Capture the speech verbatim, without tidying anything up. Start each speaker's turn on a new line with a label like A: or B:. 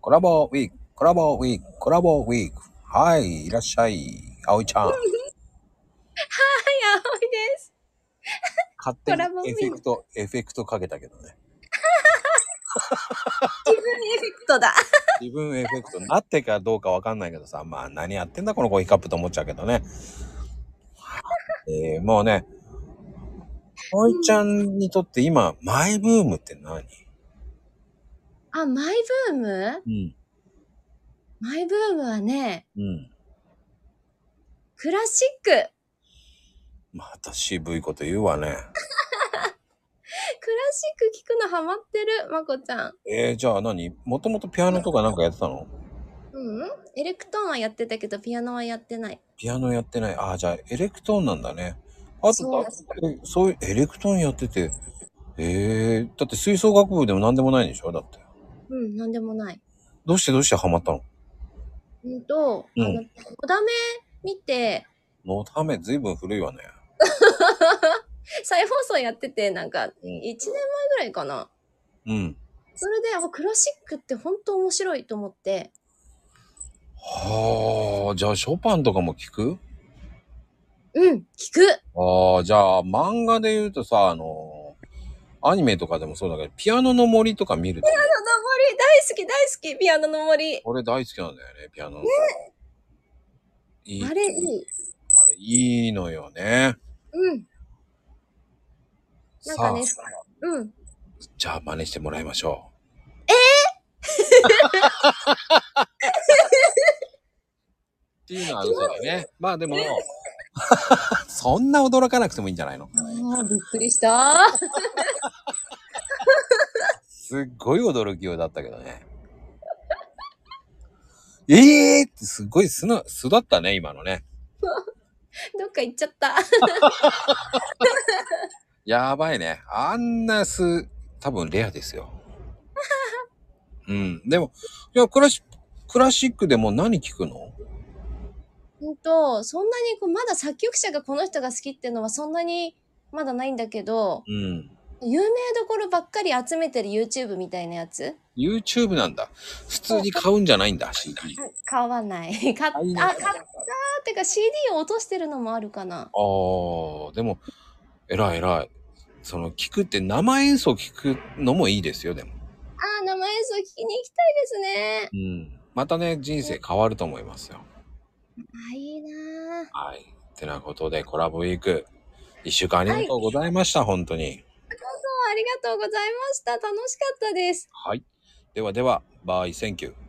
A: コラボウィーク、コラボウィーク、コラボウィーク。はい、いらっしゃい。葵ちゃん。
B: はい、葵です。
A: 勝手にエフェクト、エフェクトかけたけどね。
B: 自分エフェクトだ。
A: 自分エフェクトなってかどうかわかんないけどさ、まあ何やってんだこのコーヒーカップと思っちゃうけどね。えー、もうね、葵ちゃんにとって今、マイブームって何？
B: あ、マイブーム？
A: うん。
B: マイブームはね、
A: うん。
B: クラシック。
A: また渋いこと言うわね。
B: クラシック聞くのハマってる、まこちゃん。
A: えー、じゃあ何？もともとピアノとかなんかやってたの？
B: うん、エレクトーンはやってたけど、ピアノはやってない。
A: ピアノやってない。ああ、じゃあエレクトーンなんだね。あと
B: そう。
A: だ、えそういうエレクトーンやってて、ええー、だって吹奏楽部でも何でもないんでしょ？だって。
B: うん、なんでもない。
A: どうしてどうしてハマったの？
B: うんと、あの、
A: うん。
B: のだめ見て、
A: のためずいぶん古いわね。
B: 再放送やってて、なんか、
A: うん。
B: いちねんまえぐらいかな。
A: うん。
B: それで、あ、クラシックって本当面白いと思って。
A: はあ、じゃあショパンとかも聞く？
B: うん、聞く。
A: ああ、じゃあ漫画で言うとさ、あのアニメとかでもそうだけど、ピアノの森とか見ると、
B: ピアノの森、大好き大好き、ピアノの森。
A: 俺大好きなんだよね、ピアノの森。いい。
B: あれいい。
A: あれいいのよね。
B: うん。なんか
A: さあ、
B: ね、うん。
A: じゃあ真似してもらいましょう。っていうのは嘘だね。まあでも、そんな驚かなくてもいいんじゃないの？
B: ああ、びっくりした。
A: すっごい驚きようだったけどね。ええーってすっごい素の、素だったね、今のね。
B: どっか行っちゃった。
A: やばいね。あんな素、多分レアですよ。うん。でも、いや、クラシ、クラシックでも何聞くの？
B: うんと、そんなにこう、まだ作曲者がこの人が好きっていうのはそんなにまだないんだけど、
A: うん。
B: 有名どころばっかり集めてる YouTube みたいなやつ
A: YouTube なんだ。普通
B: を
A: に買うんじゃないんだ、シーディー。
B: 買わない。買っ、あ、
A: 買いな
B: 買ったってか シーディー を落としてるのもあるかな。
A: あー、でも、偉い偉い。その、聞くって生演奏聞くのもいいですよ、でも。
B: ああ、生演奏聞きに行きたいですね。
A: うん。またね、人生変わると思いますよ。
B: あ、いいなー。
A: はい。てなことで、コラボウィーク、一週間あり
B: はい。
A: がとうございました、本当に。
B: ありがとうございました。楽しかったです。
A: はい。ではでは、バイ、センキュー。